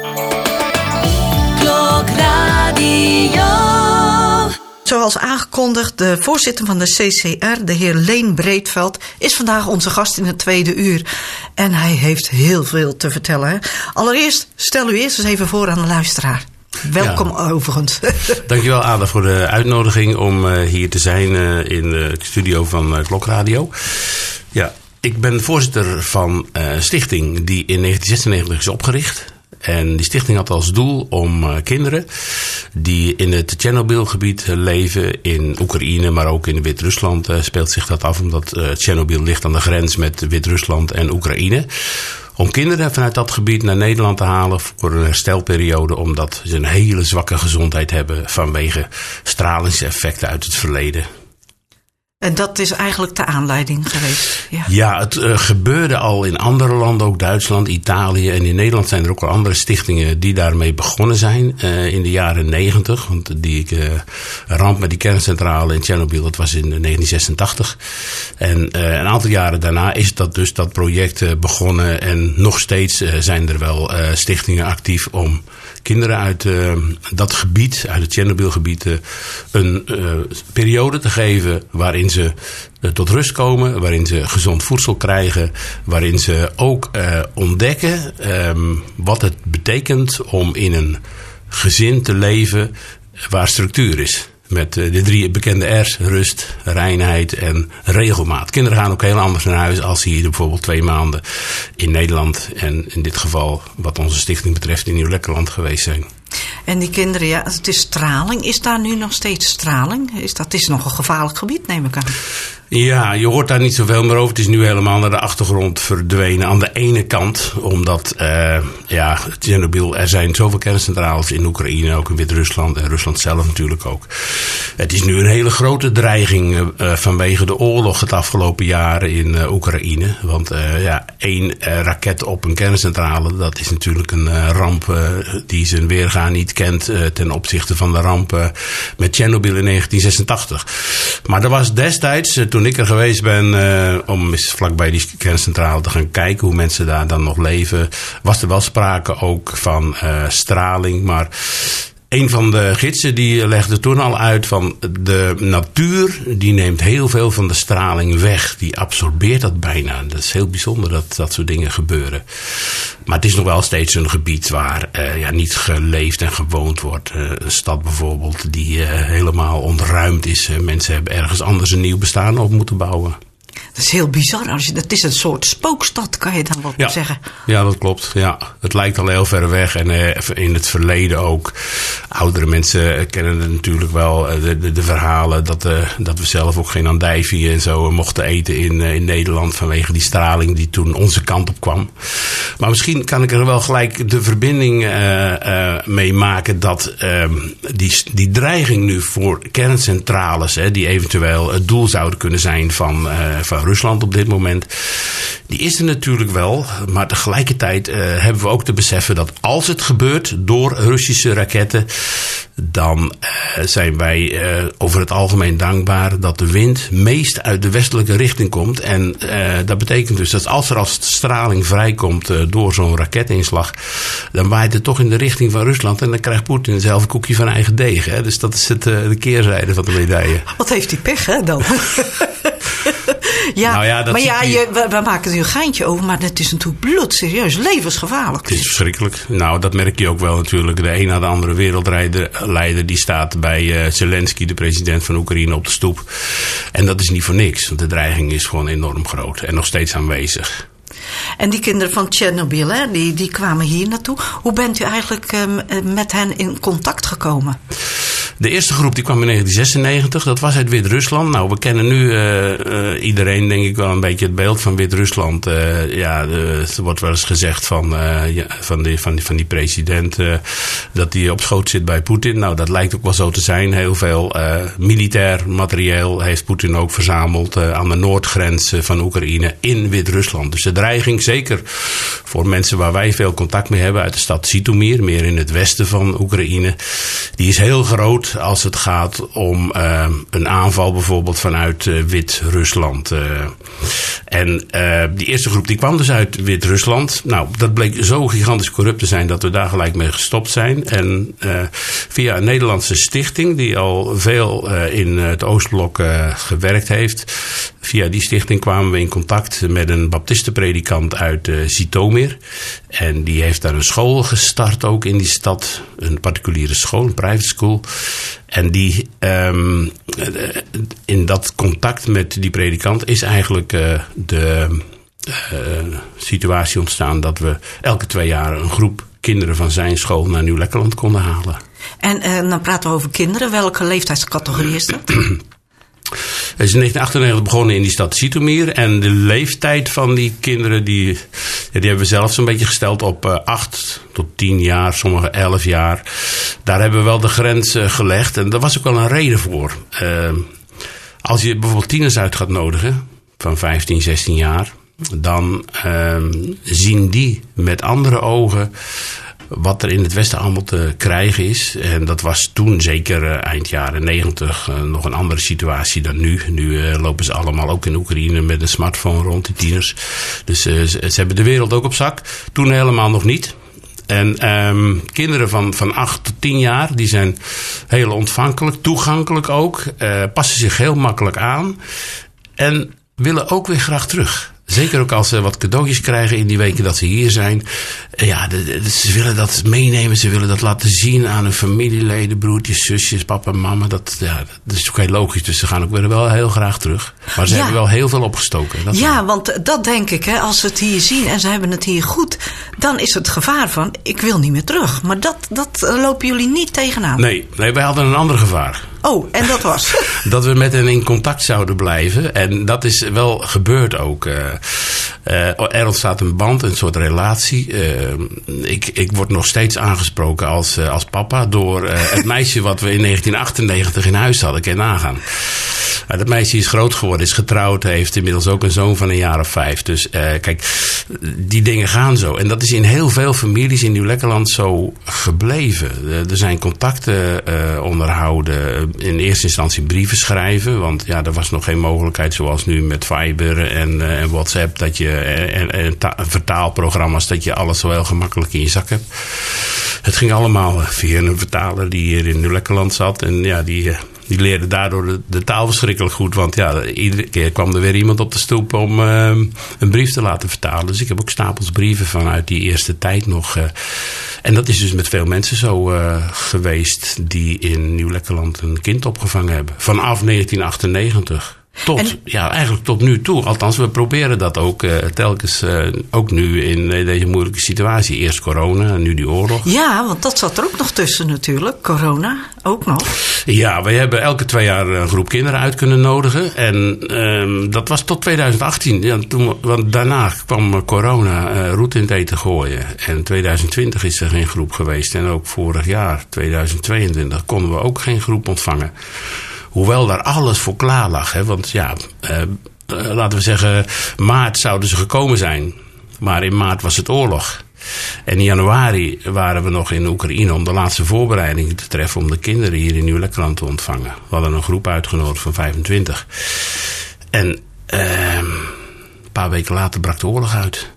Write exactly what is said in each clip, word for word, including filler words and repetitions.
Zoals aangekondigd, de voorzitter van de C C R, de heer Leen Breedveld, is vandaag onze gast in het tweede uur. En hij heeft heel veel te vertellen. Hè? Allereerst, stel u eerst eens even voor aan de luisteraar. Welkom ja. overigens. Dankjewel Ada voor de uitnodiging om uh, hier te zijn uh, in de studio van uh, Klokradio. Ja, ik ben voorzitter van een uh, stichting die in negentien zesennegentig is opgericht. En die stichting had als doel om uh, kinderen die in het Tsjernobyl-gebied uh, leven, in Oekraïne, maar ook in Wit-Rusland uh, speelt zich dat af, omdat uh, Tsjernobyl ligt aan de grens met Wit-Rusland en Oekraïne. Om kinderen vanuit dat gebied naar Nederland te halen voor een herstelperiode, omdat ze een hele zwakke gezondheid hebben vanwege stralingseffecten uit het verleden. En dat is eigenlijk de aanleiding geweest. Ja, ja het uh, gebeurde al in andere landen, ook Duitsland, Italië. En in Nederland zijn er ook al andere stichtingen die daarmee begonnen zijn uh, in de jaren negentig. Want die uh, ramp met die kerncentrale in Tsjernobyl, dat was in negentien zesentachtig. En uh, een aantal jaren daarna is dat dus dat project uh, begonnen. En nog steeds uh, zijn er wel uh, stichtingen actief om kinderen uit uh, dat gebied, uit het Tsjernobylgebied, uh, een uh, periode te geven waarin ze uh, tot rust komen, waarin ze gezond voedsel krijgen, waarin ze ook uh, ontdekken um, wat het betekent om in een gezin te leven waar structuur is. Met uh, de drie bekende R's, rust, reinheid en regelmaat. Kinderen gaan ook heel anders naar huis als ze hier bijvoorbeeld twee maanden in Nederland en in dit geval wat onze stichting betreft in Nieuw-Lekkerland geweest zijn. En die kinderen, ja, het is straling. Is daar nu nog steeds straling? Is dat is nog een gevaarlijk gebied, neem ik aan. Ja, je hoort daar niet zoveel meer over. Het is nu helemaal naar de achtergrond verdwenen. Aan de ene kant, omdat uh, ja, Tsjernobyl, er zijn zoveel kerncentrales in Oekraïne, ook in Wit-Rusland en Rusland zelf natuurlijk ook. Het is nu een hele grote dreiging uh, vanwege de oorlog het afgelopen jaren in uh, Oekraïne. Want uh, ja, één uh, raket op een kerncentrale, dat is natuurlijk een uh, ramp uh, die zijn weerga niet kent uh, ten opzichte van de ramp uh, met Tsjernobyl in negentien zesentachtig. Maar er was destijds, uh, toen ik er geweest ben uh, om eens vlakbij die kerncentrale te gaan kijken hoe mensen daar dan nog leven, was er wel sprake ook van uh, straling. Maar een van de gidsen die legde toen al uit van de natuur die neemt heel veel van de straling weg. Die absorbeert dat bijna. Dat is heel bijzonder dat dat soort dingen gebeuren. Maar het is nog wel steeds een gebied waar uh, ja, niet geleefd en gewoond wordt. Uh, een stad bijvoorbeeld die uh, helemaal ontruimd is. Uh, mensen hebben ergens anders een nieuw bestaan op moeten bouwen. Dat is heel bizar. Als je, dat is een soort spookstad, kan je dan wel ja. zeggen. Ja, dat klopt. Ja. Het lijkt al heel ver weg. En uh, in het verleden ook. Oudere mensen kennen het natuurlijk wel. Uh, de, de, de verhalen dat, uh, dat we zelf ook geen andijvie en zo mochten eten in, uh, in Nederland. Vanwege die straling die toen onze kant op kwam. Maar misschien kan ik er wel gelijk de verbinding uh, uh, mee maken dat uh, die, die dreiging nu voor kerncentrales, hè, die eventueel het doel zouden kunnen zijn van, uh, van Rusland op dit moment, die is er natuurlijk wel. Maar tegelijkertijd uh, hebben we ook te beseffen dat als het gebeurt door Russische raketten, dan uh, zijn wij uh, over het algemeen dankbaar dat de wind meest uit de westelijke richting komt. En uh, dat betekent dus dat als er als straling vrijkomt uh, door zo'n raketinslag, dan waait het toch in de richting van Rusland. En dan krijgt Poetin zelf een koekje van eigen deeg. Hè? Dus dat is het, uh, de keerzijde van de medaille. Wat heeft hij pech, hè, dan? Ja, nou ja, dat maar ja, die... je, we, we maken er een geintje over, maar het is natuurlijk bloedserieus, levensgevaarlijk. Het is verschrikkelijk. Nou, dat merk je ook wel natuurlijk. De een na de andere wereldleider die staat bij uh, Zelensky, de president van Oekraïne, op de stoep. En dat is niet voor niks, want de dreiging is gewoon enorm groot en nog steeds aanwezig. En die kinderen van Tsjernobyl, hè, die, die kwamen hier naartoe. Hoe bent u eigenlijk uh, met hen in contact gekomen? De eerste groep die kwam in negentien zesennegentig, dat was uit Wit-Rusland. Nou, we kennen nu uh, uh, iedereen denk ik wel een beetje het beeld van Wit-Rusland. Uh, ja, de, er wordt wel eens gezegd van, uh, ja, van, die, van, die, van die president uh, dat hij op schoot zit bij Poetin. Nou, dat lijkt ook wel zo te zijn. Heel veel uh, militair materieel heeft Poetin ook verzameld uh, aan de noordgrens van Oekraïne in Wit-Rusland. Dus de dreiging, zeker voor mensen waar wij veel contact mee hebben uit de stad Zitomir, meer in het westen van Oekraïne, die is heel groot. groot als het gaat om uh, een aanval bijvoorbeeld vanuit uh, Wit-Rusland. Uh, en uh, die eerste groep die kwam dus uit Wit-Rusland. Nou, dat bleek zo gigantisch corrupt te zijn dat we daar gelijk mee gestopt zijn. En uh, via een Nederlandse stichting die al veel uh, in het Oostblok uh, gewerkt heeft. Via die stichting kwamen we in contact met een baptistenpredikant uit uh, Zhytomyr. En die heeft daar een school gestart ook in die stad. Een particuliere school, een private school. En die, um, in dat contact met die predikant is eigenlijk uh, de uh, situatie ontstaan dat we elke twee jaar een groep kinderen van zijn school naar Nieuw-Lekkerland konden halen. En uh, dan praten we over kinderen. Welke leeftijdscategorie is dat? Het is in negentien achtennegentig begonnen in die stad Zhytomyr. En de leeftijd van die kinderen, die, ja, die hebben we zelf zo'n beetje gesteld op uh, acht tot tien jaar, sommige elf jaar. Daar hebben we wel de grens uh, gelegd. En daar was ook wel een reden voor. Uh, als je bijvoorbeeld tieners uit gaat nodigen, van vijftien, zestien jaar, dan uh, zien die met andere ogen wat er in het Westen allemaal te krijgen is. En dat was toen, zeker uh, eind jaren negentig, uh, nog een andere situatie dan nu. Nu uh, lopen ze allemaal ook in Oekraïne met een smartphone rond, die tieners. Dus uh, ze, ze hebben de wereld ook op zak. Toen helemaal nog niet. En um, kinderen van, van acht tot tien jaar, die zijn heel ontvankelijk, toegankelijk ook. Uh, passen zich heel makkelijk aan. En willen ook weer graag terug. Zeker ook als ze wat cadeautjes krijgen in die weken dat ze hier zijn. Ja, de, de, ze willen dat meenemen. Ze willen dat laten zien aan hun familieleden, broertjes, zusjes, papa en mama. Dat, ja, dat is ook heel logisch. Dus ze gaan ook weer wel heel graag terug. Maar ze ja. hebben wel heel veel opgestoken. Dat ja, wel. Want dat denk ik. Hè, als ze het hier zien en ze hebben het hier goed, dan is het gevaar van, ik wil niet meer terug. Maar dat, dat lopen jullie niet tegenaan. Nee, nee, wij hadden een ander gevaar. Oh, en dat was? Dat we met hen in contact zouden blijven. En dat is wel gebeurd ook. Uh, uh, er ontstaat een band, een soort relatie. Uh, ik, ik word nog steeds aangesproken als, uh, als papa door uh, het meisje wat we in negentien achtennegentig in huis hadden. Kan je nagaan. Uh, dat meisje is groot geworden, is getrouwd, heeft inmiddels ook een zoon van een jaar of vijf. Dus uh, kijk, die dingen gaan zo. En dat is in heel veel families in Nieuw-Lekkerland zo gebleven. Uh, er zijn contacten uh, onderhouden. In eerste instantie brieven schrijven. Want ja, er was nog geen mogelijkheid zoals nu met Viber en, uh, en WhatsApp. Dat je, en, en ta- vertaalprogramma's, dat je alles zo heel gemakkelijk in je zak hebt. Het ging allemaal via een vertaler die hier in Nieuw-Lekkerland zat. En ja, die, die leerde daardoor de, de taal verschrikkelijk goed. Want ja, iedere keer kwam er weer iemand op de stoep om uh, een brief te laten vertalen. Dus ik heb ook stapels brieven vanuit die eerste tijd nog. Uh, en dat is dus met veel mensen zo uh, geweest die in Nieuw-Lekkerland een kind opgevangen hebben. Vanaf negentien achtennegentig. Tot, en, ja, eigenlijk tot nu toe. Althans, we proberen dat ook uh, telkens, uh, ook nu in uh, deze moeilijke situatie. Eerst corona en nu die oorlog. Ja, want dat zat er ook nog tussen natuurlijk. Corona ook nog. Ja, wij hebben elke twee jaar een groep kinderen uit kunnen nodigen. En um, dat was tot twintig achttien. Ja, toen, want daarna kwam corona uh, roet in het eten gooien. En twintig twintig is er geen groep geweest. En ook vorig jaar, twintig tweeëntwintig, konden we ook geen groep ontvangen. Hoewel daar alles voor klaar lag. Hè? Want ja, uh, uh, laten we zeggen, maart zouden ze gekomen zijn. Maar in maart was het oorlog. En in januari waren we nog in Oekraïne om de laatste voorbereidingen te treffen om de kinderen hier in Nieuw-Lekkerland te ontvangen. We hadden een groep uitgenodigd van vijfentwintig. En uh, een paar weken later brak de oorlog uit.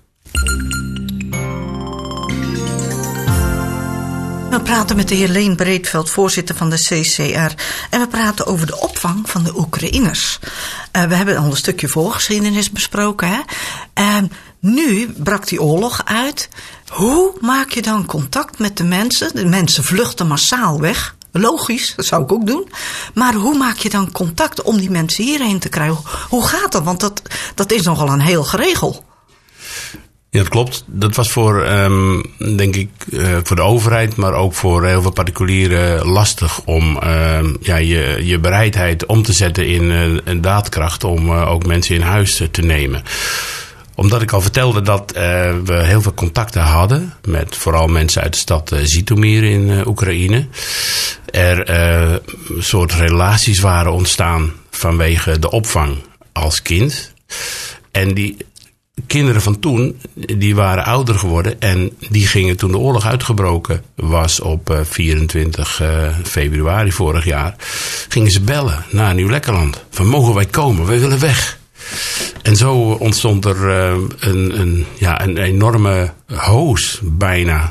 We praten met de heer Leen Breedveld, voorzitter van de C C R. En we praten over de opvang van de Oekraïners. Uh, we hebben al een stukje voorgeschiedenis besproken. Hè? Uh, nu brak die oorlog uit. Hoe maak je dan contact met de mensen? De mensen vluchten massaal weg. Logisch, dat zou ik ook doen. Maar hoe maak je dan contact om die mensen hierheen te krijgen? Hoe gaat dat? Want dat, dat is nogal een heel geregel. Ja, dat klopt. Dat was voor, um, denk ik, uh, voor de overheid, maar ook voor heel veel particulieren lastig om uh, ja, je, je bereidheid om te zetten in uh, een daadkracht om uh, ook mensen in huis te nemen. Omdat ik al vertelde dat uh, we heel veel contacten hadden met vooral mensen uit de stad uh, Zhytomyr in uh, Oekraïne. Er uh, een soort relaties waren ontstaan vanwege de opvang als kind. En die kinderen van toen, die waren ouder geworden. En die gingen toen de oorlog uitgebroken was op uh, vierentwintig februari vorig jaar. Gingen ze bellen naar Nieuw-Lekkerland. Van mogen wij komen, wij willen weg. En zo ontstond er uh, een, een, ja, een enorme hoos bijna.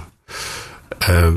Uh,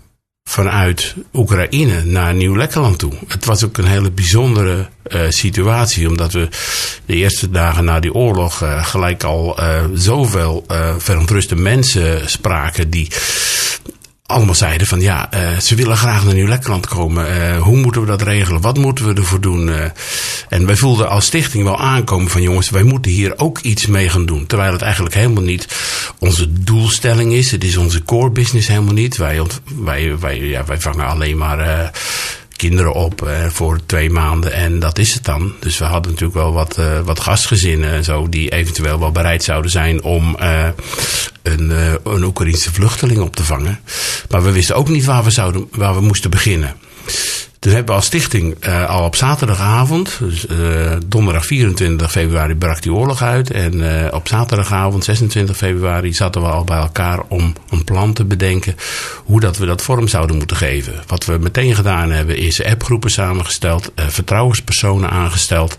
vanuit Oekraïne naar Nieuw-Lekkerland toe. Het was ook een hele bijzondere uh, situatie, omdat we de eerste dagen na die oorlog uh, gelijk al uh, zoveel uh, verontruste mensen spraken die allemaal zeiden van ja, uh, ze willen graag naar Nieuw-Lekkerland komen. Uh, hoe moeten we dat regelen? Wat moeten we ervoor doen? Uh, en wij voelden als stichting wel aankomen van jongens, wij moeten hier ook iets mee gaan doen. Terwijl het eigenlijk helemaal niet onze doelstelling is. Het is onze core business helemaal niet. Wij, wij, wij, ja, wij vangen alleen maar uh, kinderen op uh, voor twee maanden en dat is het dan. Dus we hadden natuurlijk wel wat, uh, wat gastgezinnen en zo die eventueel wel bereid zouden zijn om uh, een, uh, een Oekraïense vluchteling op te vangen. Maar we wisten ook niet waar we, zouden, waar we moesten beginnen. Toen hebben we als stichting uh, al op zaterdagavond, dus uh, donderdag vierentwintig februari brak die oorlog uit. En uh, op zaterdagavond zesentwintig februari zaten we al bij elkaar om een plan te bedenken hoe dat we dat vorm zouden moeten geven. Wat we meteen gedaan hebben is appgroepen samengesteld, uh, vertrouwenspersonen aangesteld.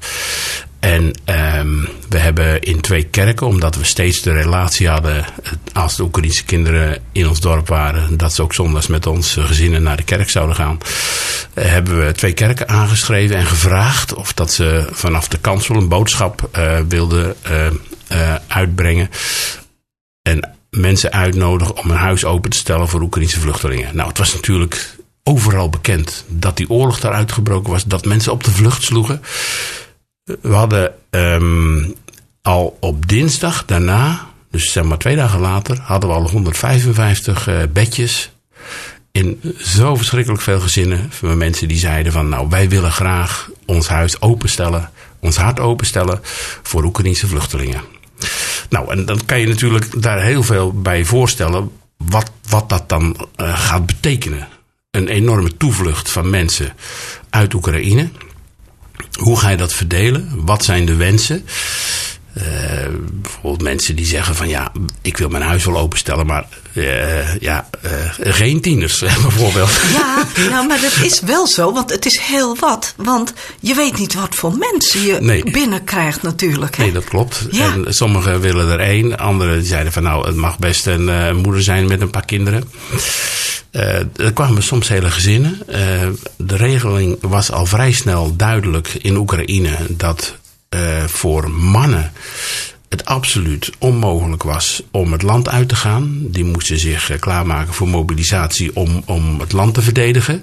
En um, we hebben in twee kerken, omdat we steeds de relatie hadden als de Oekraïense kinderen in ons dorp waren, dat ze ook zondags met ons gezinnen naar de kerk zouden gaan, uh, hebben we twee kerken aangeschreven en gevraagd of dat ze vanaf de kansel een boodschap uh, wilden uh, uh, uitbrengen. En mensen uitnodigen om een huis open te stellen voor Oekraïense vluchtelingen. Nou, het was natuurlijk overal bekend dat die oorlog daar uitgebroken was, dat mensen op de vlucht sloegen. We hadden um, al op dinsdag daarna, dus zeg maar twee dagen later, hadden we al honderdvijfenvijftig uh, bedjes in zo verschrikkelijk veel gezinnen van mensen die zeiden van nou, wij willen graag ons huis openstellen, ons hart openstellen voor Oekraïense vluchtelingen. Nou, en dan kan je natuurlijk daar heel veel bij voorstellen wat, wat dat dan uh, gaat betekenen. Een enorme toevlucht van mensen uit Oekraïne. Hoe ga je dat verdelen? Wat zijn de wensen? Uh, bijvoorbeeld mensen die zeggen van ja, ik wil mijn huis wel openstellen, maar uh, ja, uh, geen tieners bijvoorbeeld. Ja, nou, maar dat is wel zo, want het is heel wat. Want je weet niet wat voor mensen je nee. binnenkrijgt natuurlijk. Hè? Nee, dat klopt. Ja. En sommigen willen er één, anderen zeiden van nou, het mag best een uh, moeder zijn met een paar kinderen. Uh, er kwamen soms hele gezinnen. Uh, de regeling was al vrij snel duidelijk in Oekraïne dat uh, voor mannen het absoluut onmogelijk was om het land uit te gaan. Die moesten zich uh, klaarmaken voor mobilisatie om, om het land te verdedigen.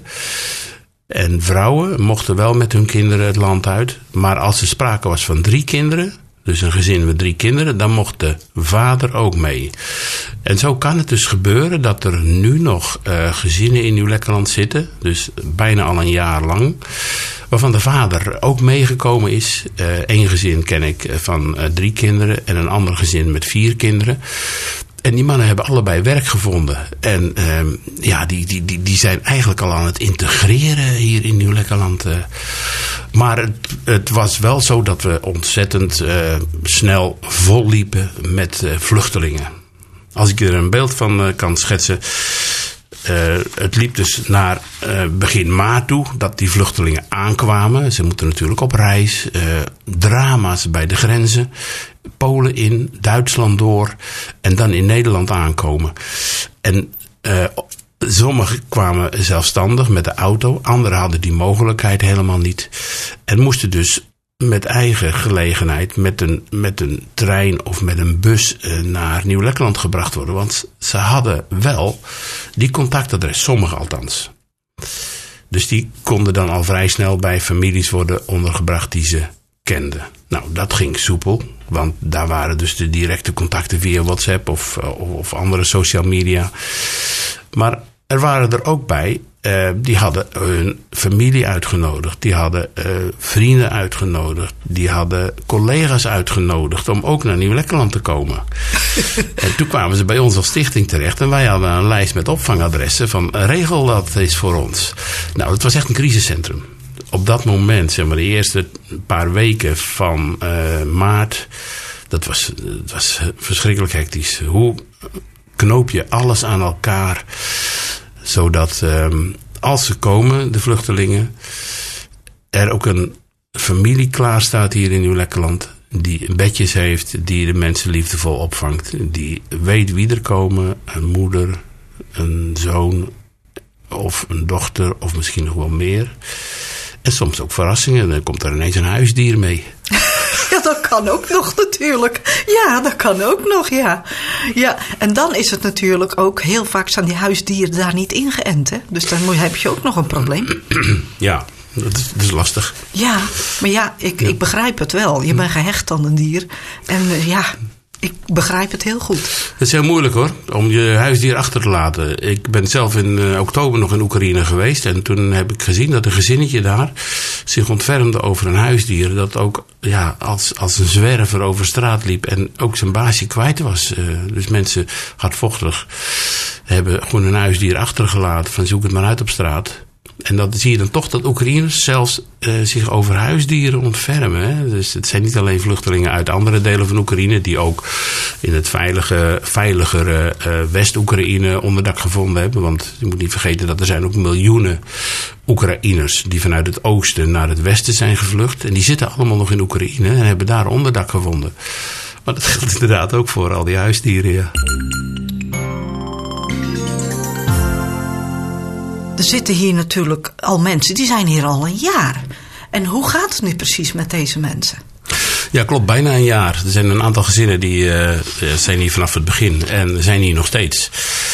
En vrouwen mochten wel met hun kinderen het land uit. Maar als er sprake was van drie kinderen, dus een gezin met drie kinderen, dan mocht de vader ook mee. En zo kan het dus gebeuren dat er nu nog uh, gezinnen in Nieuw-Lekkerland zitten, dus bijna al een jaar lang, waarvan de vader ook meegekomen is. Eén uh, gezin ken ik van uh, drie kinderen en een ander gezin met vier kinderen. En die mannen hebben allebei werk gevonden. En uh, ja, die, die, die, die zijn eigenlijk al aan het integreren hier in Nieuw-Lekkerland. Uh. Maar het, het was wel zo dat we ontzettend uh, snel volliepen met uh, vluchtelingen. Als ik er een beeld van uh, kan schetsen. Uh, het liep dus naar uh, begin maart toe dat die vluchtelingen aankwamen. Ze moeten natuurlijk op reis. Uh, drama's bij de grenzen. Polen in, Duitsland door en dan in Nederland aankomen. En uh, sommigen kwamen zelfstandig met de auto. Anderen hadden die mogelijkheid helemaal niet. En moesten dus met eigen gelegenheid met een, met een trein of met een bus uh, naar Nieuw-Lekkerland gebracht worden. Want ze hadden wel die contactadres, sommigen althans. Dus die konden dan al vrij snel bij families worden ondergebracht die ze kenden. Nou, dat ging soepel, want daar waren dus de directe contacten via WhatsApp of, of, of andere social media. Maar er waren er ook bij, uh, die hadden hun familie uitgenodigd, die hadden uh, vrienden uitgenodigd, die hadden collega's uitgenodigd om ook naar Nieuw-Lekkerland te komen. En toen kwamen ze bij ons als stichting terecht en wij hadden een lijst met opvangadressen van regel dat is voor ons. Nou, het was echt een crisiscentrum. Op dat moment, zeg maar de eerste paar weken van uh, maart dat was, dat was verschrikkelijk hectisch. Hoe knoop je alles aan elkaar, zodat um, als ze komen, de vluchtelingen, er ook een familie klaar staat hier in Nieuw-Lekkerland, die bedjes heeft, die de mensen liefdevol opvangt, die weet wie er komen, een moeder, een zoon of een dochter of misschien nog wel meer. En soms ook verrassingen, dan komt er ineens een huisdier mee. Ja, dat kan ook nog natuurlijk. Ja, dat kan ook nog, ja. Ja, en dan is het natuurlijk ook, heel vaak zijn die huisdieren daar niet ingeënt, hè? Dus dan heb je ook nog een probleem. Ja, dat is, dat is lastig. Ja, maar ja, ik, ja. ik begrijp het wel. Je bent gehecht aan een dier. En uh, ja, ik begrijp het heel goed. Het is heel moeilijk hoor, om je huisdier achter te laten. Ik ben zelf in uh, oktober nog in Oekraïne geweest. En toen heb ik gezien dat een gezinnetje daar zich ontfermde over een huisdier. Dat ook ja, als, als een zwerver over straat liep en ook zijn baasje kwijt was. Uh, dus mensen hardvochtig hebben gewoon een huisdier achtergelaten. Van zoek het maar uit op straat. En dan zie je dan toch dat Oekraïners zelfs uh, zich over huisdieren ontfermen. Hè? Dus het zijn niet alleen vluchtelingen uit andere delen van Oekraïne, die ook in het veilige, veiligere uh, West-Oekraïne onderdak gevonden hebben. Want je moet niet vergeten dat er zijn ook miljoenen Oekraïners die vanuit het oosten naar het westen zijn gevlucht. En die zitten allemaal nog in Oekraïne en hebben daar onderdak gevonden. Maar dat geldt inderdaad ook voor al die huisdieren, ja. Er zitten hier natuurlijk al mensen, die zijn hier al een jaar. En hoe gaat het nu precies met deze mensen? Ja, klopt, bijna een jaar. Er zijn een aantal gezinnen die uh, zijn hier vanaf het begin en zijn hier nog steeds.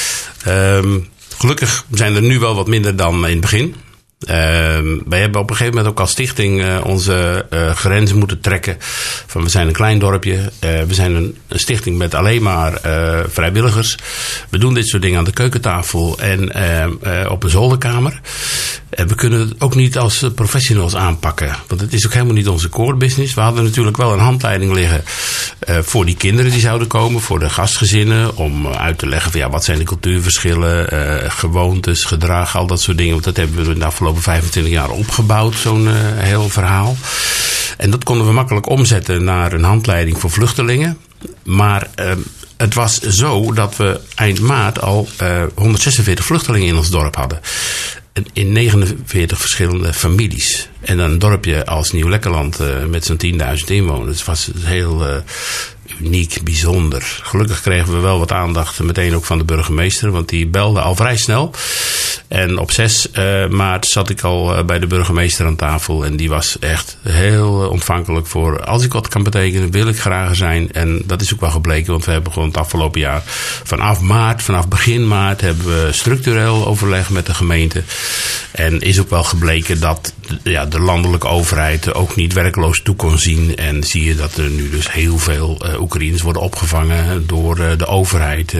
Um, gelukkig zijn er nu wel wat minder dan in het begin. Uh, wij hebben op een gegeven moment ook als stichting uh, onze uh, grenzen moeten trekken. Van we zijn een klein dorpje. Uh, we zijn een, een stichting met alleen maar uh, vrijwilligers. We doen dit soort dingen aan de keukentafel en uh, uh, op een zolderkamer. En we kunnen het ook niet als professionals aanpakken. Want het is ook helemaal niet onze core business. We hadden natuurlijk wel een handleiding liggen uh, voor die kinderen die zouden komen. Voor de gastgezinnen. Om uit te leggen van ja, wat zijn de cultuurverschillen. Uh, gewoontes, gedrag, al dat soort dingen. Want dat hebben we in de afgelopen vijfentwintig jaar opgebouwd. Zo'n uh, heel verhaal. En dat konden we makkelijk omzetten naar een handleiding voor vluchtelingen. Maar uh, het was zo dat we eind maart al uh, honderdzesenveertig vluchtelingen in ons dorp hadden. In negenenveertig verschillende families. En dan een dorpje als Nieuw-Lekkerland uh, met zo'n tienduizend inwoners. Het was heel uh, uniek, bijzonder. Gelukkig kregen we wel wat aandacht meteen ook van de burgemeester. Want die belde al vrij snel. En op zes maart zat ik al uh, bij de burgemeester aan tafel. En die was echt heel uh, ontvankelijk voor. Als ik wat kan betekenen, wil ik graag er zijn. En dat is ook wel gebleken. Want we hebben gewoon het afgelopen jaar vanaf maart, vanaf begin maart, hebben we structureel overleg met de gemeente. En is ook wel gebleken dat ja, de landelijke overheid ook niet werkloos toe kon zien. En zie je dat er nu dus heel veel uh, Oekraïners worden opgevangen door uh, de overheid. Uh,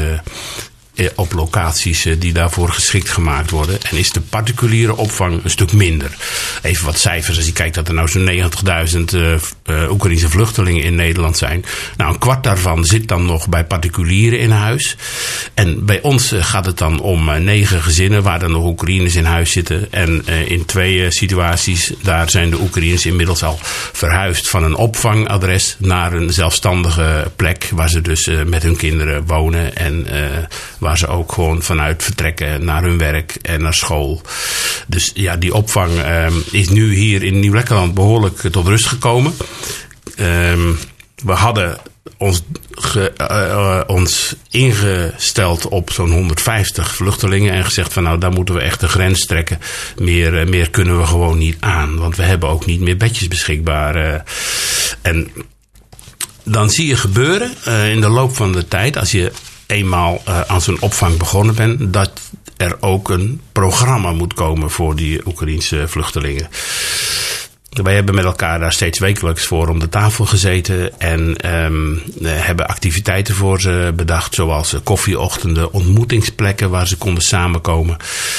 op locaties die daarvoor geschikt gemaakt worden. En is de particuliere opvang een stuk minder. Even wat cijfers. Als je kijkt dat er nou zo'n negentigduizend uh, uh, Oekraïnse vluchtelingen in Nederland zijn. Nou, een kwart daarvan zit dan nog bij particulieren in huis. En bij ons uh, gaat het dan om uh, negen gezinnen waar dan nog Oekraïners in huis zitten. En uh, in twee uh, situaties, daar zijn de Oekraïners inmiddels al verhuisd van een opvangadres naar een zelfstandige plek waar ze dus uh, met hun kinderen wonen en uh, waar ze ook gewoon vanuit vertrekken naar hun werk en naar school. Dus ja, die opvang um, is nu hier in Nieuw-Lekkerland behoorlijk tot rust gekomen. Um, we hadden ons, ge, uh, uh, ons ingesteld op zo'n honderdvijftig vluchtelingen en gezegd van nou, daar moeten we echt de grens trekken. Meer, uh, meer kunnen we gewoon niet aan, want we hebben ook niet meer bedjes beschikbaar. Uh, en dan zie je gebeuren uh, in de loop van de tijd, als je eenmaal uh, aan zo'n opvang begonnen bent, dat er ook een programma moet komen voor die Oekraïense vluchtelingen. Wij hebben met elkaar daar steeds wekelijks voor om de tafel gezeten en um, hebben activiteiten voor ze bedacht, zoals koffieochtenden, ontmoetingsplekken waar ze konden samenkomen.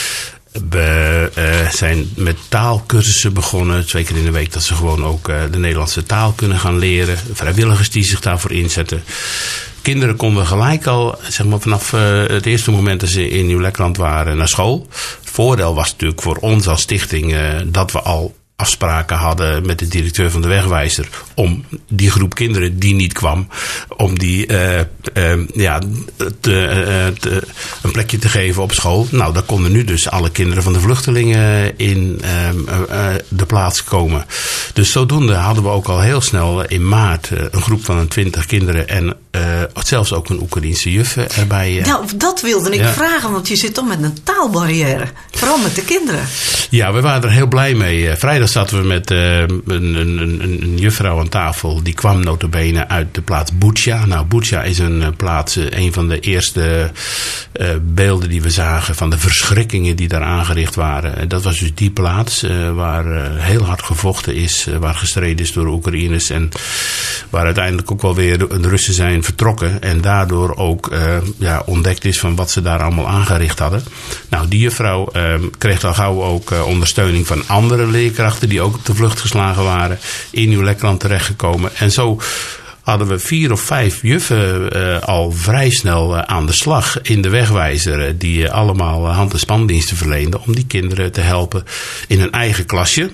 We uh, zijn met taalkursussen begonnen, twee keer in de week, dat ze gewoon ook uh, de Nederlandse taal kunnen gaan leren. Vrijwilligers die zich daarvoor inzetten. Kinderen konden gelijk al, zeg maar vanaf uh, het eerste moment dat ze in Nieuw-Lekkerland waren, naar school. Het voordeel was natuurlijk voor ons als stichting uh, dat we al afspraken hadden met de directeur van de wegwijzer om die groep kinderen die niet kwam, om die uh, uh, ja, te, uh, te, een plekje te geven op school. Nou, daar konden nu dus alle kinderen van de vluchtelingen in uh, uh, de plaats komen. Dus zodoende hadden we ook al heel snel in maart uh, een groep van twintig kinderen en uh, zelfs ook een Oekraïense juf erbij. Uh. Nou, dat wilde ik ja. vragen, want je zit dan met een taalbarrière. Vooral met de kinderen. Ja, we waren er heel blij mee. Uh, vrijdag zaten we met uh, een, een, een, een juffrouw aan tafel. Die kwam nota bene uit de plaats Bucha. Nou, Bucha is een uh, plaats, uh, een van de eerste uh, beelden die we zagen van de verschrikkingen die daar aangericht waren. Uh, dat was dus die plaats uh, waar uh, heel hard gevochten is, uh, waar gestreden is door de Oekraïners en waar uiteindelijk ook wel weer de Russen zijn vertrokken en daardoor ook uh, ja, ontdekt is van wat ze daar allemaal aangericht hadden. Nou, die juffrouw uh, kreeg al gauw ook uh, ondersteuning van andere leerkrachten die ook op de vlucht geslagen waren, in Nieuw-Lekkerland terechtgekomen. En zo hadden we vier of vijf juffen uh, al vrij snel uh, aan de slag in de wegwijzer, uh, die uh, allemaal uh, hand- en spandiensten verleenden om die kinderen te helpen in hun eigen klasje.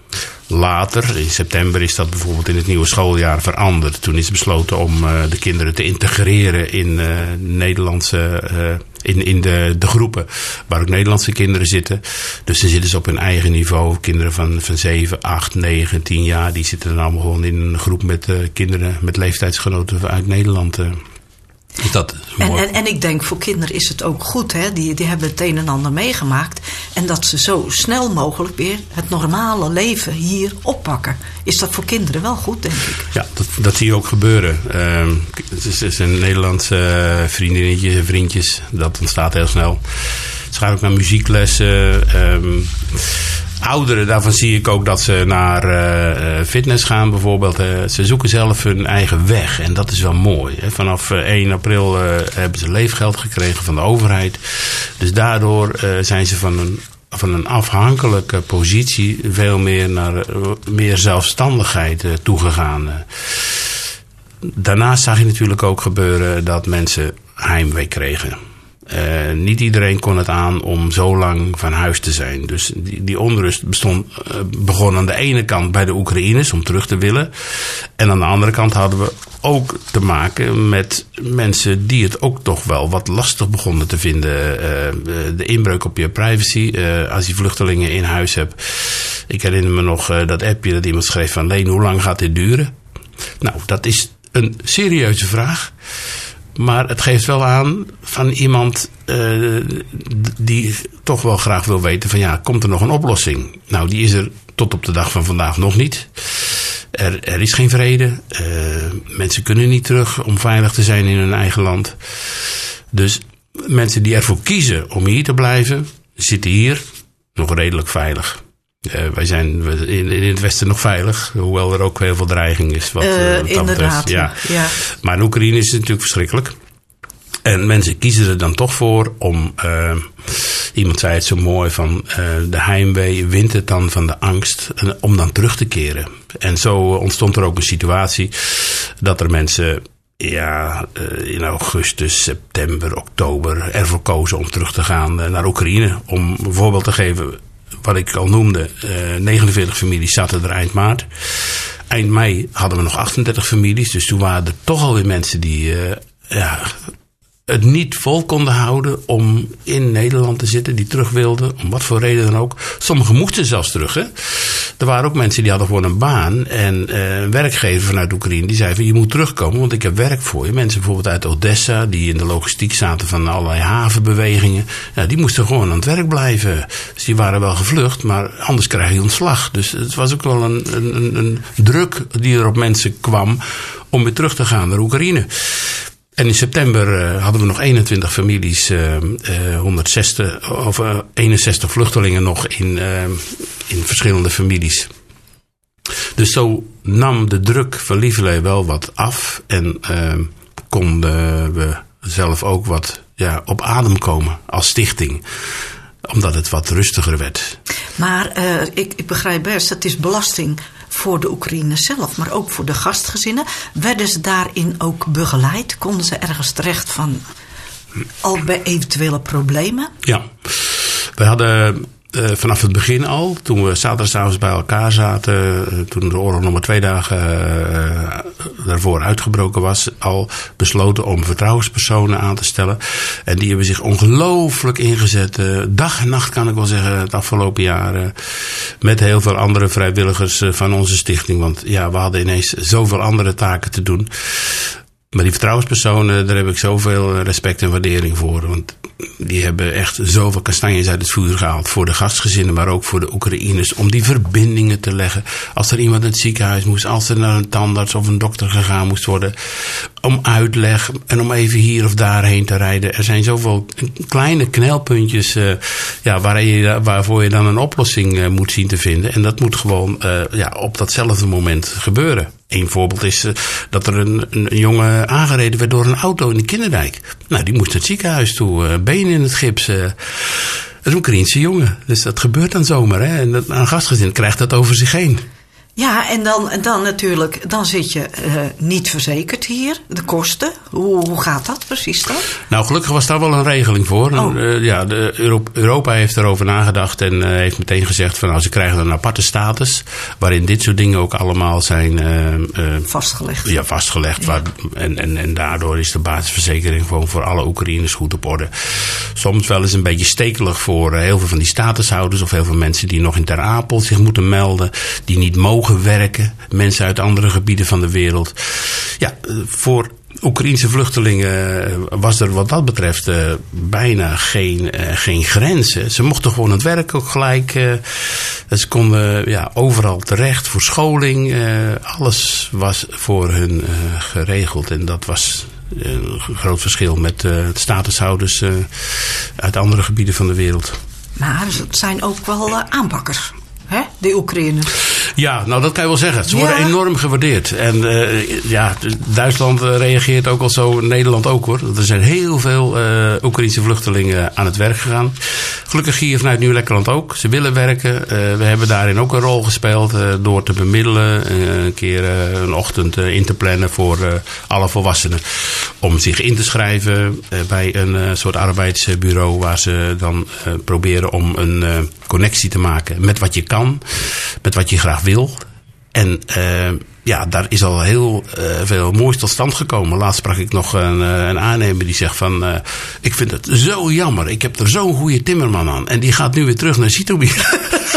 Later, in september, is dat bijvoorbeeld in het nieuwe schooljaar veranderd. Toen is besloten om uh, de kinderen te integreren in uh, Nederlandse, uh, in, in de, de groepen waar ook Nederlandse kinderen zitten. Dus dan zitten ze op hun eigen niveau. Kinderen van, van zeven, acht, negen, tien jaar, die zitten dan allemaal gewoon in een groep met uh, kinderen, met leeftijdsgenoten uit Nederland. Uh. Is dat en, en, en ik denk voor kinderen is het ook goed, hè? Die, die hebben het een en ander meegemaakt. En dat ze zo snel mogelijk weer het normale leven hier oppakken. Is dat voor kinderen wel goed, denk ik? Ja, dat, dat zie je ook gebeuren. Uh, het zijn Nederlandse uh, vriendinnetjes en vriendjes. Dat ontstaat heel snel. Ze gaan ook naar muzieklessen. Um, Ouderen, daarvan zie ik ook dat ze naar uh, fitness gaan bijvoorbeeld. Uh, ze zoeken zelf hun eigen weg en dat is wel mooi. Hè. Vanaf uh, één april uh, hebben ze leefgeld gekregen van de overheid. Dus daardoor uh, zijn ze van een, van een afhankelijke positie veel meer naar uh, meer zelfstandigheid uh, toegegaan. Uh. Daarnaast zag je natuurlijk ook gebeuren dat mensen heimwee kregen. Uh, niet iedereen kon het aan om zo lang van huis te zijn. Dus die, die onrust bestond, uh, begon aan de ene kant bij de Oekraïners om terug te willen. En aan de andere kant hadden we ook te maken met mensen die het ook toch wel wat lastig begonnen te vinden. Uh, de inbreuk op je privacy, uh, als je vluchtelingen in huis hebt. Ik herinner me nog uh, dat appje dat iemand schreef van Leen, hoe lang gaat dit duren? Nou, dat is een serieuze vraag. Maar het geeft wel aan van iemand uh, die toch wel graag wil weten van ja, komt er nog een oplossing? Nou, die is er tot op de dag van vandaag nog niet. Er, er is geen vrede. Uh, mensen kunnen niet terug om veilig te zijn in hun eigen land. Dus mensen die ervoor kiezen om hier te blijven, zitten hier nog redelijk veilig. Uh, wij zijn in, in het Westen nog veilig, hoewel er ook heel veel dreiging is. Wat, uh, wat inderdaad. Ja. Ja. Maar in Oekraïne is het natuurlijk verschrikkelijk. En mensen kiezen er dan toch voor om, uh, iemand zei het zo mooi, van uh, de heimwee wint het dan van de angst, uh, om dan terug te keren. En zo ontstond er ook een situatie dat er mensen ja, uh, in augustus, september, oktober ervoor kozen om terug te gaan uh, naar Oekraïne. Om een voorbeeld te geven. Wat ik al noemde, uh, negenenveertig families zaten er eind maart. Eind mei hadden we nog achtendertig families. Dus toen waren er toch alweer mensen die uh, ja, het niet vol konden houden om in Nederland te zitten. Die terug wilden, om wat voor reden dan ook. Sommigen moesten zelfs terug. Hè? Er waren ook mensen die hadden gewoon een baan. En uh, een werkgever vanuit Oekraïne die zei van je moet terugkomen, want ik heb werk voor je. Mensen bijvoorbeeld uit Odessa, die in de logistiek zaten van allerlei havenbewegingen. Ja, die moesten gewoon aan het werk blijven. Dus die waren wel gevlucht, maar anders krijg je ontslag. Dus het was ook wel een, een, een druk die er op mensen kwam om weer terug te gaan naar Oekraïne. En in september uh, hadden we nog eenentwintig families, uh, uh, honderdzestig of uh, eenenzestig vluchtelingen nog in, uh, in verschillende families. Dus zo nam de druk van Lieverlee wel wat af en uh, konden we zelf ook wat ja, op adem komen als stichting. Omdat het wat rustiger werd. Maar uh, ik, ik begrijp best, het is belasting voor de Oekraïners zelf, maar ook voor de gastgezinnen. Werden ze daarin ook begeleid? Konden ze ergens terecht van al bij eventuele problemen? Ja, we hadden Uh, vanaf het begin al, toen we zaterdagavond bij elkaar zaten, uh, toen de oorlog nog maar twee dagen uh, daarvoor uitgebroken was, al besloten om vertrouwenspersonen aan te stellen. En die hebben zich ongelooflijk ingezet, uh, dag en nacht kan ik wel zeggen, het afgelopen jaar, uh, met heel veel andere vrijwilligers uh, van onze stichting. Want ja, we hadden ineens zoveel andere taken te doen. Maar die vertrouwenspersonen, daar heb ik zoveel respect en waardering voor. Want die hebben echt zoveel kastanjes uit het vuur gehaald. Voor de gastgezinnen, maar ook voor de Oekraïners. Om die verbindingen te leggen. Als er iemand in het ziekenhuis moest. Als er naar een tandarts of een dokter gegaan moest worden. Om uitleg en om even hier of daarheen te rijden. Er zijn zoveel kleine knelpuntjes uh, ja, waar je, waarvoor je dan een oplossing uh, moet zien te vinden. En dat moet gewoon uh, ja, op datzelfde moment gebeuren. Een voorbeeld is uh, dat er een, een jongen aangereden werd door een auto in de Kinderdijk. Nou, die moest naar het ziekenhuis toe, uh, benen in het gips. Uh, dat is een Oekraïense jongen. Dus dat gebeurt dan zomaar. Hè? En dat, een gastgezin krijgt dat over zich heen. Ja, en dan, dan natuurlijk, dan zit je uh, niet verzekerd hier. De kosten, hoe, hoe gaat dat precies dan? Nou, gelukkig was daar wel een regeling voor. Oh. Uh, ja, de Europa, Europa heeft erover nagedacht en uh, heeft meteen gezegd van nou, ze krijgen een aparte status. Waarin dit soort dingen ook allemaal zijn uh, uh, vastgelegd. Ja, vastgelegd. Ja. Waar, en, en, en daardoor is de basisverzekering gewoon voor alle Oekraïners goed op orde. Soms wel eens een beetje stekelig voor uh, heel veel van die statushouders of heel veel mensen die nog in Ter Apel zich moeten melden, die niet mogen werken, mensen uit andere gebieden van de wereld. Ja, voor Oekraïense vluchtelingen was er wat dat betreft uh, bijna geen, uh, geen grenzen. Ze mochten gewoon aan het werk ook gelijk. Uh, ze konden ja, overal terecht voor scholing. Uh, alles was voor hun uh, geregeld en dat was een groot verschil met uh, statushouders uh, uit andere gebieden van de wereld. Maar het zijn ook wel uh, aanpakkers. Hè, de Oekraïners. Ja, nou dat kan je wel zeggen. Ze ja. worden enorm gewaardeerd. En uh, ja, Duitsland reageert ook al zo, Nederland ook hoor. Er zijn heel veel uh, Oekraïnse vluchtelingen aan het werk gegaan. Gelukkig hier vanuit Nieuw-Lekkerland ook. Ze willen werken. Uh, we hebben daarin ook een rol gespeeld uh, door te bemiddelen. Uh, een keer uh, een ochtend uh, in te plannen voor uh, alle volwassenen. Om zich in te schrijven uh, bij een uh, soort arbeidsbureau waar ze dan uh, proberen om een uh, connectie te maken met wat je kan, met wat je graag wil. En uh, ja, daar is al heel uh, veel moois tot stand gekomen. Laatst sprak ik nog een, uh, een aannemer die zegt van uh, ik vind het zo jammer. Ik heb er zo'n goede timmerman aan. En die gaat nu weer terug naar Zhytomyr.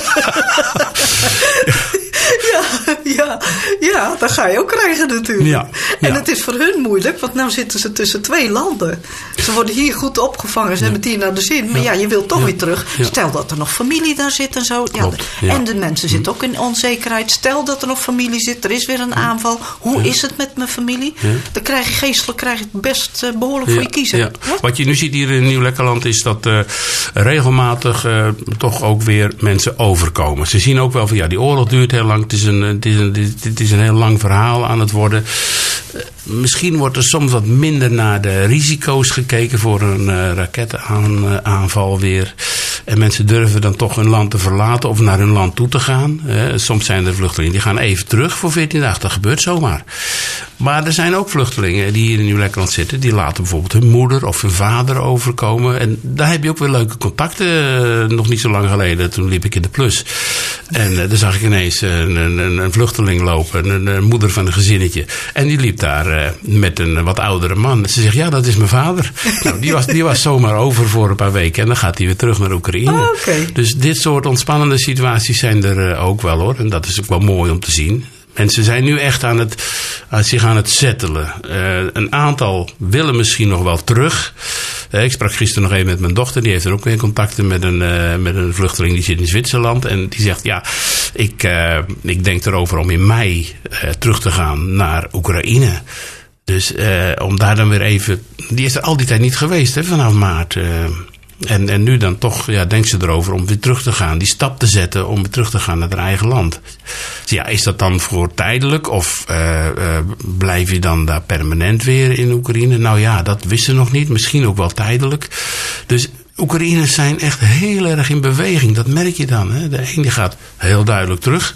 Ja, ja, ja, dat ga je ook krijgen natuurlijk. Ja, ja. En het is voor hun moeilijk, want nu zitten ze tussen twee landen. Ze worden hier goed opgevangen, ze ja. hebben het hier naar de zin. Maar ja, ja je wilt toch ja. weer terug. Ja. Stel dat er nog familie daar zit en zo. Ja, ja. En de mensen hm. zitten ook in onzekerheid. Stel dat er nog familie zit, er is weer een aanval. Hoe ja. is het met mijn familie? Ja. Dan krijg je geestelijk krijg je het best uh, behoorlijk ja. voor je kiezen. Ja. Wat je nu ziet hier in Nieuw-Lekkerland is dat uh, regelmatig uh, toch ook weer mensen overkomen. Ze zien ook wel van ja, die oorlog duurt heel lang. Het is een, het is een, het is een heel lang verhaal aan het worden. Uh, misschien wordt er soms wat minder naar de risico's gekeken voor een uh, raketaanval weer. En mensen durven dan toch hun land te verlaten of naar hun land toe te gaan. Uh, soms zijn er vluchtelingen die gaan even terug voor veertien dagen. Dat gebeurt zomaar. Maar er zijn ook vluchtelingen die hier in Nieuw-Lekkerland zitten. Die laten bijvoorbeeld hun moeder of hun vader overkomen. En daar heb je ook weer leuke contacten. Uh, nog niet zo lang geleden, toen liep ik in de Plus. En uh, daar zag ik ineens uh, een, een, een vluchteling lopen. Een, een moeder van een gezinnetje. En die liep daar uh, met een wat oudere man. Ze zegt, ja, dat is mijn vader. Nou, die was, die was zomaar over voor een paar weken. En dan gaat hij weer terug naar Oekraïne. Oh, okay. Dus dit soort ontspannende situaties zijn er uh, ook wel hoor. En dat is ook wel mooi om te zien. Mensen zijn nu echt aan het, aan zich aan het settelen. Uh, een aantal willen misschien nog wel terug. Uh, ik sprak gisteren nog even met mijn dochter. Die heeft er ook weer contacten met een, uh, met een vluchteling die zit in Zwitserland. En die zegt, ja, ik, uh, ik denk erover om in mei uh, terug te gaan naar Oekraïne. Dus uh, om daar dan weer even... Die is er al die tijd niet geweest, hè, vanaf maart. Uh, En, en nu dan toch, ja, denkt ze erover om weer terug te gaan. Die stap te zetten om weer terug te gaan naar haar eigen land. Dus ja, is dat dan voor tijdelijk? Of uh, uh, blijf je dan daar permanent weer in Oekraïne? Nou ja, dat wisten ze nog niet. Misschien ook wel tijdelijk. Dus Oekraïners zijn echt heel erg in beweging. Dat merk je dan. Hè? De een die gaat heel duidelijk terug.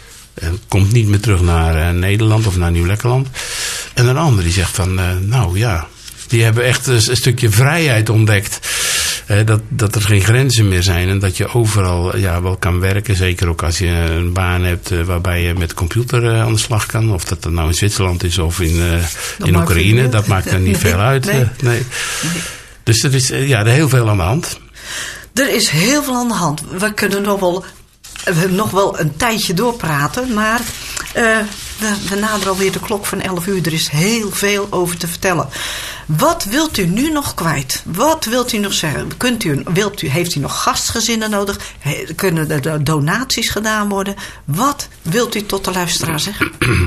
En komt niet meer terug naar uh, Nederland of naar Nieuw-Lekkerland. En een ander die zegt van, uh, nou ja... Die hebben echt een, een stukje vrijheid ontdekt. Uh, dat, dat er geen grenzen meer zijn en dat je overal ja, wel kan werken. Zeker ook als je een baan hebt uh, waarbij je met de computer uh, aan de slag kan. Of dat dat nou in Zwitserland is of in, uh, in Oekraïne. Dat maakt er niet nee, veel uit. Nee. Uh, nee. Nee. Dus er is uh, ja, er heel veel aan de hand. Er is heel veel aan de hand. We kunnen nog wel, uh, nog wel een tijdje doorpraten, maar uh, we, we naderen alweer de klok van elf uur. Er is heel veel over te vertellen. Wat wilt u nu nog kwijt? Wat wilt u nog zeggen? Kunt u, wilt u, heeft u nog gastgezinnen nodig? He, kunnen er donaties gedaan worden? Wat wilt u tot de luisteraar zeggen?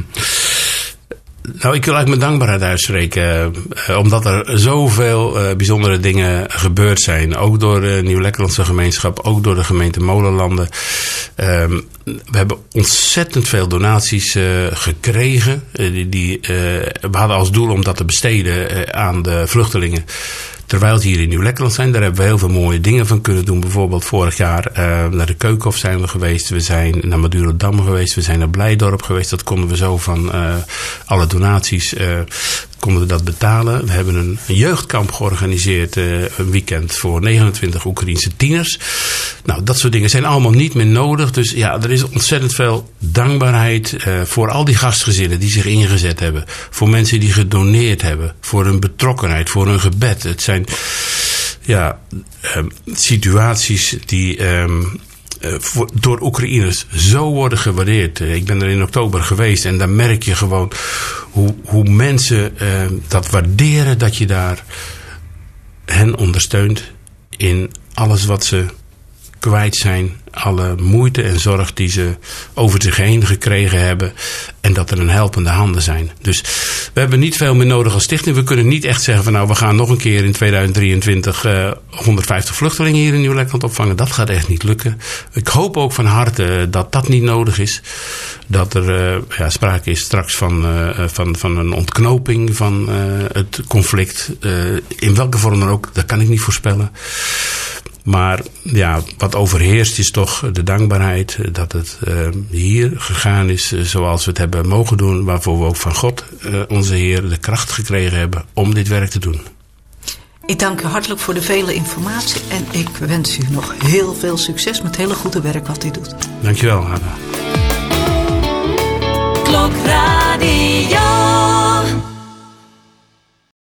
Nou, ik wil eigenlijk mijn dankbaarheid uitspreken. Uh, omdat er zoveel uh, bijzondere dingen gebeurd zijn. Ook door de Nieuw-Lekkerlandse gemeenschap. Ook door de gemeente Molenlanden. Uh, we hebben ontzettend veel donaties uh, gekregen. Uh, die, die, uh, we hadden als doel om dat te besteden uh, aan de vluchtelingen. Terwijl ze hier in Nieuw-Lekkerland zijn, daar hebben we heel veel mooie dingen van kunnen doen. Bijvoorbeeld vorig jaar uh, naar de Keukenhof zijn we geweest. We zijn naar Madurodam geweest. We zijn naar Blijdorp geweest. Dat konden we zo van uh, alle donaties uh, konden we dat betalen. We hebben een, een jeugdkamp georganiseerd uh, een weekend voor negenentwintig Oekraïense tieners. Nou, dat soort dingen zijn allemaal niet meer nodig. Dus ja, er is ontzettend veel dankbaarheid uh, voor al die gastgezinnen die zich ingezet hebben. Voor mensen die gedoneerd hebben. Voor hun betrokkenheid, voor hun gebed. Het zijn ja, um, situaties die um, uh, voor, door Oekraïners zo worden gewaardeerd. Uh, ik ben er in oktober geweest en daar merk je gewoon hoe, hoe mensen uh, dat waarderen, dat je daar hen ondersteunt in alles wat ze kwijt zijn. Alle moeite en zorg die ze over zich heen gekregen hebben. En dat er een helpende handen zijn. Dus we hebben niet veel meer nodig als stichting. We kunnen niet echt zeggen van nou we gaan nog een keer in tweeduizend drieëntwintig uh, honderdvijftig vluchtelingen hier in Nieuw-Lekkerland opvangen. Dat gaat echt niet lukken. Ik hoop ook van harte dat dat niet nodig is. Dat er uh, ja, sprake is straks van, uh, van, van een ontknoping van uh, het conflict. Uh, in welke vorm dan ook, dat kan ik niet voorspellen. Maar ja, wat overheerst is toch de dankbaarheid dat het uh, hier gegaan is uh, zoals we het hebben mogen doen. Waarvoor we ook van God, uh, onze Heer, de kracht gekregen hebben om dit werk te doen. Ik dank u hartelijk voor de vele informatie en ik wens u nog heel veel succes met het hele goede werk wat u doet. Dankjewel, Ada.